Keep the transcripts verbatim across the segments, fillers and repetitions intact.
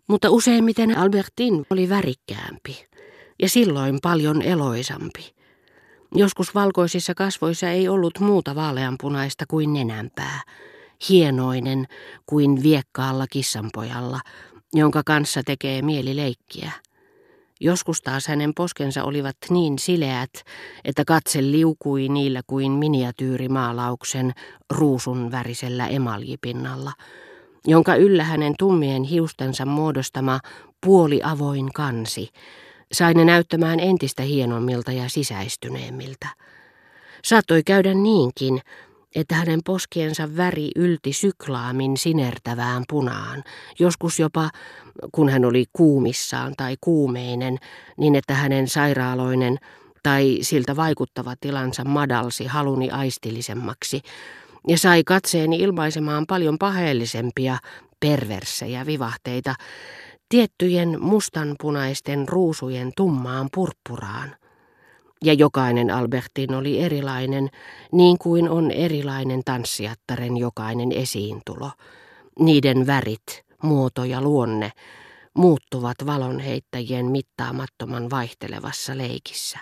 Mutta useimmiten Albertine oli värikkäämpi ja silloin paljon eloisampi. Joskus valkoisissa kasvoissa ei ollut muuta vaaleanpunaista kuin nenänpää, hienoinen kuin viekkaalla kissanpojalla, jonka kanssa tekee mieli leikkiä. Joskus taas hänen poskensa olivat niin sileät, että katse liukui niillä kuin miniatyyrimaalauksen ruusun värisellä emaljipinnalla, jonka yllä hänen tummien hiustensa muodostama puoliavoin kansi sai ne näyttämään entistä hienommilta ja sisäistyneemmiltä. Saattoi käydä niinkin, että hänen poskiensa väri ylti syklaamin sinertävään punaan, joskus jopa, kun hän oli kuumissaan tai kuumeinen, niin että hänen sairaaloinen tai siltä vaikuttava tilansa madalsi haluni aistillisemmaksi ja sai katseeni ilmaisemaan paljon paheellisempia, perversejä vivahteita, tiettyjen mustanpunaisten ruusujen tummaan purppuraan. Ja jokainen Albertine oli erilainen, niin kuin on erilainen tanssijattaren jokainen esiintulo. Niiden värit, muoto ja luonne muuttuvat valonheittäjien mittaamattoman vaihtelevassa leikissä.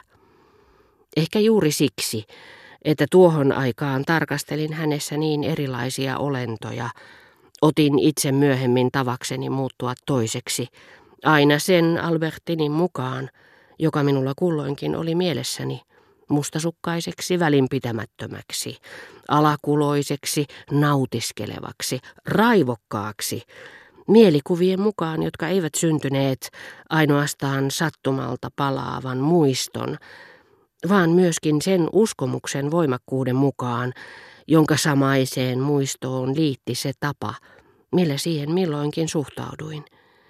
Ehkä juuri siksi, että tuohon aikaan tarkastelin hänessä niin erilaisia olentoja, otin itse myöhemmin tavakseni muuttua toiseksi, aina sen Albertinin mukaan, joka minulla kulloinkin oli mielessäni, mustasukkaiseksi välinpitämättömäksi, alakuloiseksi, nautiskelevaksi, raivokkaaksi, mielikuvien mukaan, jotka eivät syntyneet ainoastaan sattumalta palaavan muiston, vaan myöskin sen uskomuksen voimakkuuden mukaan, jonka samaiseen muistoon liitti se tapa, millä siihen milloinkin suhtauduin.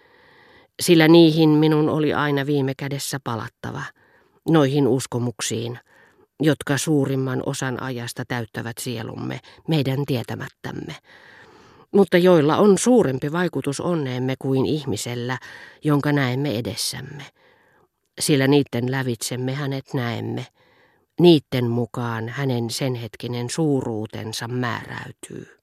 Sillä niihin minun oli aina viime kädessä palattava, noihin uskomuksiin, jotka suurimman osan ajasta täyttävät sielumme, meidän tietämättämme, mutta joilla on suurempi vaikutus onneemme kuin ihmisellä, jonka näemme edessämme. Sillä niiden lävitse me hänet näemme, niiden mukaan hänen senhetkinen suuruutensa määräytyy.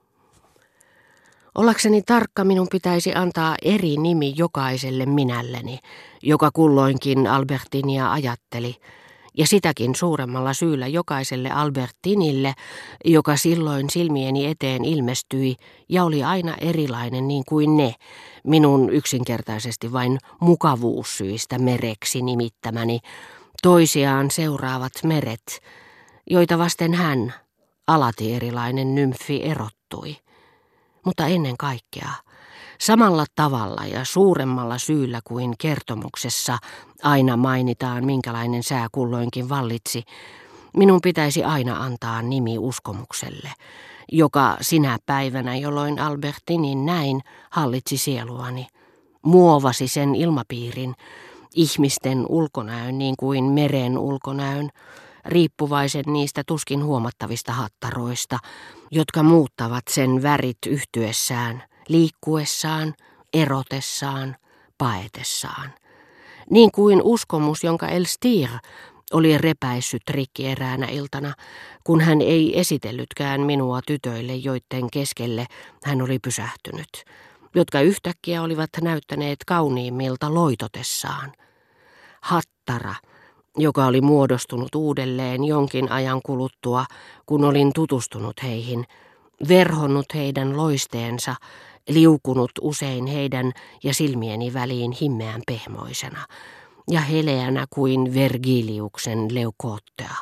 Ollakseni tarkka minun pitäisi antaa eri nimi jokaiselle minälleni, joka kulloinkin Albertinia ajatteli, ja sitäkin suuremmalla syyllä jokaiselle Albertinille, joka silloin silmieni eteen ilmestyi ja oli aina erilainen niin kuin ne, minun yksinkertaisesti vain mukavuussyistä mereksi nimittämäni, toisiaan seuraavat meret, joita vasten hän, alati erilainen nymfi, erottui. Mutta ennen kaikkea, samalla tavalla ja suuremmalla syyllä kuin kertomuksessa aina mainitaan minkälainen sää kulloinkin vallitsi, minun pitäisi aina antaa nimi uskomukselle, joka sinä päivänä, jolloin Albertinin näin, hallitsi sieluani, muovasi sen ilmapiirin, ihmisten ulkonäön niin kuin meren ulkonäön, riippuvaisen niistä tuskin huomattavista hattaroista, jotka muuttavat sen värit yhtyessään, liikkuessaan, erotessaan, paetessaan. Niin kuin uskomus, jonka Elstir oli repäissyt rikki eräänä iltana, kun hän ei esitellytkään minua tytöille, joiden keskelle hän oli pysähtynyt, jotka yhtäkkiä olivat näyttäneet kauniimmilta loitotessaan. Hattara, joka oli muodostunut uudelleen jonkin ajan kuluttua, kun olin tutustunut heihin, verhonnut heidän loisteensa, liukunut usein heidän ja silmieni väliin himmeän pehmoisena ja heleänä kuin Vergiliuksen Leukottea.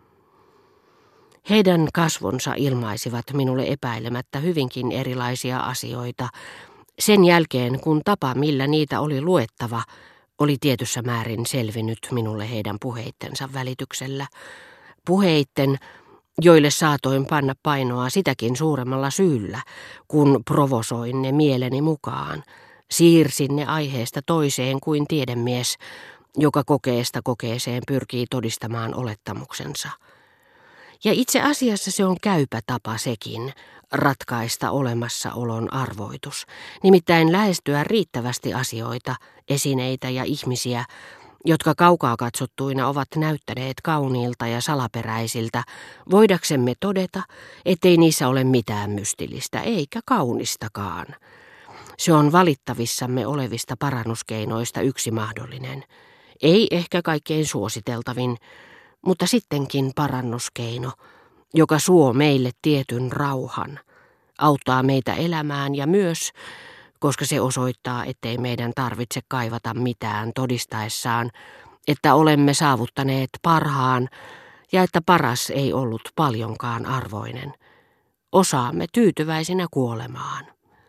Heidän kasvonsa ilmaisivat minulle epäilemättä hyvinkin erilaisia asioita, sen jälkeen kun tapa, millä niitä oli luettava, oli tietyssä määrin selvinnyt minulle heidän puheittensa välityksellä. Puheitten, joille saatoin panna painoa sitäkin suuremmalla syyllä, kun provosoin ne mieleni mukaan, siirsin ne aiheesta toiseen kuin tiedemies, joka kokeesta kokeeseen pyrkii todistamaan olettamuksensa. Ja itse asiassa se on käypä tapa sekin, ratkaista olemassaolon arvoitus, nimittäin lähestyä riittävästi asioita, esineitä ja ihmisiä, jotka kaukaa katsottuina ovat näyttäneet kauniilta ja salaperäisiltä, voidaksemme todeta, ettei niissä ole mitään mystillistä eikä kaunistakaan. Se on valittavissamme olevista parannuskeinoista yksi mahdollinen. Ei ehkä kaikkein suositeltavin, mutta sittenkin parannuskeino, joka suo meille tietyn rauhan, auttaa meitä elämään ja myös, koska se osoittaa, ettei meidän tarvitse kaivata mitään todistaessaan, että olemme saavuttaneet parhaan ja että paras ei ollut paljonkaan arvoinen. Osaamme tyytyväisinä kuolemaan.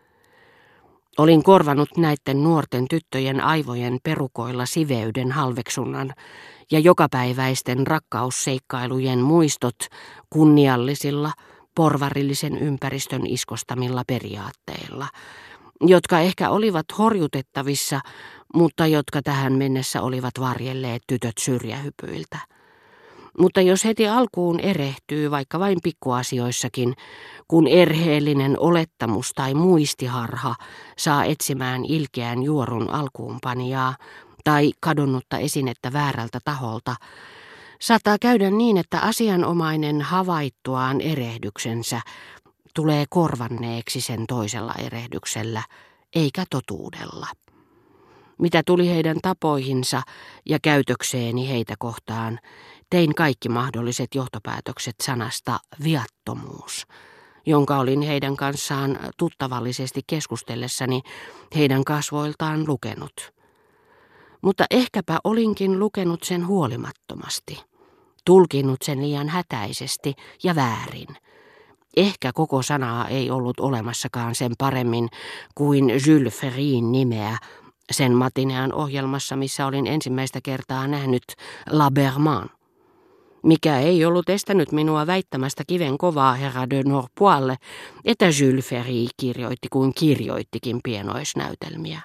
Olin korvanut näiden nuorten tyttöjen aivojen perukoilla siveyden halveksunnan ja jokapäiväisten rakkausseikkailujen muistot kunniallisilla, porvarillisen ympäristön iskostamilla periaatteilla, jotka ehkä olivat horjutettavissa, mutta jotka tähän mennessä olivat varjelleet tytöt syrjähypyiltä. Mutta jos heti alkuun erehtyy vaikka vain pikkuasioissakin, kun erheellinen olettamus tai muistiharha saa etsimään ilkeän juorun alkuunpanijaa tai kadonnutta esinettä väärältä taholta, saattaa käydä niin, että asianomainen havaittuaan erehdyksensä tulee korvanneeksi sen toisella erehdyksellä, eikä totuudella. Mitä tuli heidän tapoihinsa ja käytökseeni heitä kohtaan, tein kaikki mahdolliset johtopäätökset sanasta viattomuus, jonka olin heidän kanssaan tuttavallisesti keskustellessani heidän kasvoiltaan lukenut. Mutta ehkäpä olinkin lukenut sen huolimattomasti, tulkinnut sen liian hätäisesti ja väärin. Ehkä koko sanaa ei ollut olemassakaan sen paremmin kuin Jules Ferryn nimeä, sen matinean ohjelmassa, missä olin ensimmäistä kertaa nähnyt La Berman, mikä ei ollut estänyt minua väittämästä kiven kovaa herra de Norpoiselle, että Jules Ferry kirjoitti kuin kirjoittikin pienoisnäytelmiä.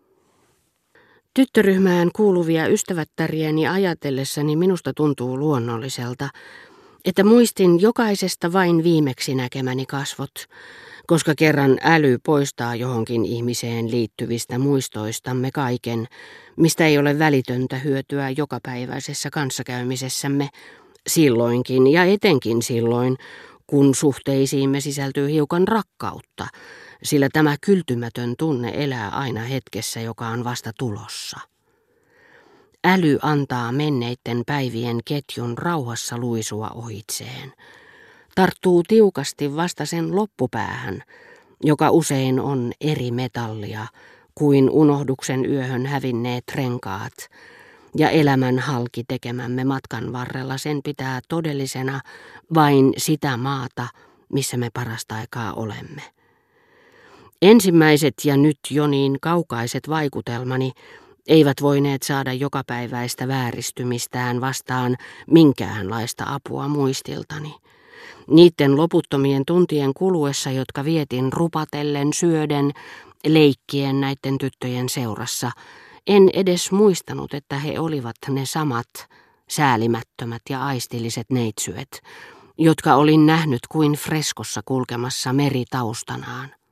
Tyttöryhmään kuuluvia ystävättäriäni ajatellessani minusta tuntuu luonnolliselta, että muistin jokaisesta vain viimeksi näkemäni kasvot, koska kerran äly poistaa johonkin ihmiseen liittyvistä muistoistamme kaiken, mistä ei ole välitöntä hyötyä jokapäiväisessä kanssakäymisessämme, silloinkin ja etenkin silloin, kun suhteisiimme sisältyy hiukan rakkautta, sillä tämä kyltymätön tunne elää aina hetkessä, joka on vasta tulossa. Äly antaa menneitten päivien ketjun rauhassa luisua ohitseen. Tarttuu tiukasti vasta sen loppupäähän, joka usein on eri metallia kuin unohduksen yöhön hävinneet renkaat, ja elämän halki tekemämme matkan varrella sen pitää todellisena vain sitä maata, missä me parasta aikaa olemme. Ensimmäiset ja nyt jo niin kaukaiset vaikutelmani eivät voineet saada jokapäiväistä vääristymistään vastaan minkäänlaista apua muistiltani. Niiden loputtomien tuntien kuluessa, jotka vietin rupatellen, syöden, leikkien näiden tyttöjen seurassa, en edes muistanut, että he olivat ne samat, säälimättömät ja aistilliset neitsyet, jotka olin nähnyt kuin freskossa kulkemassa meri taustanaan.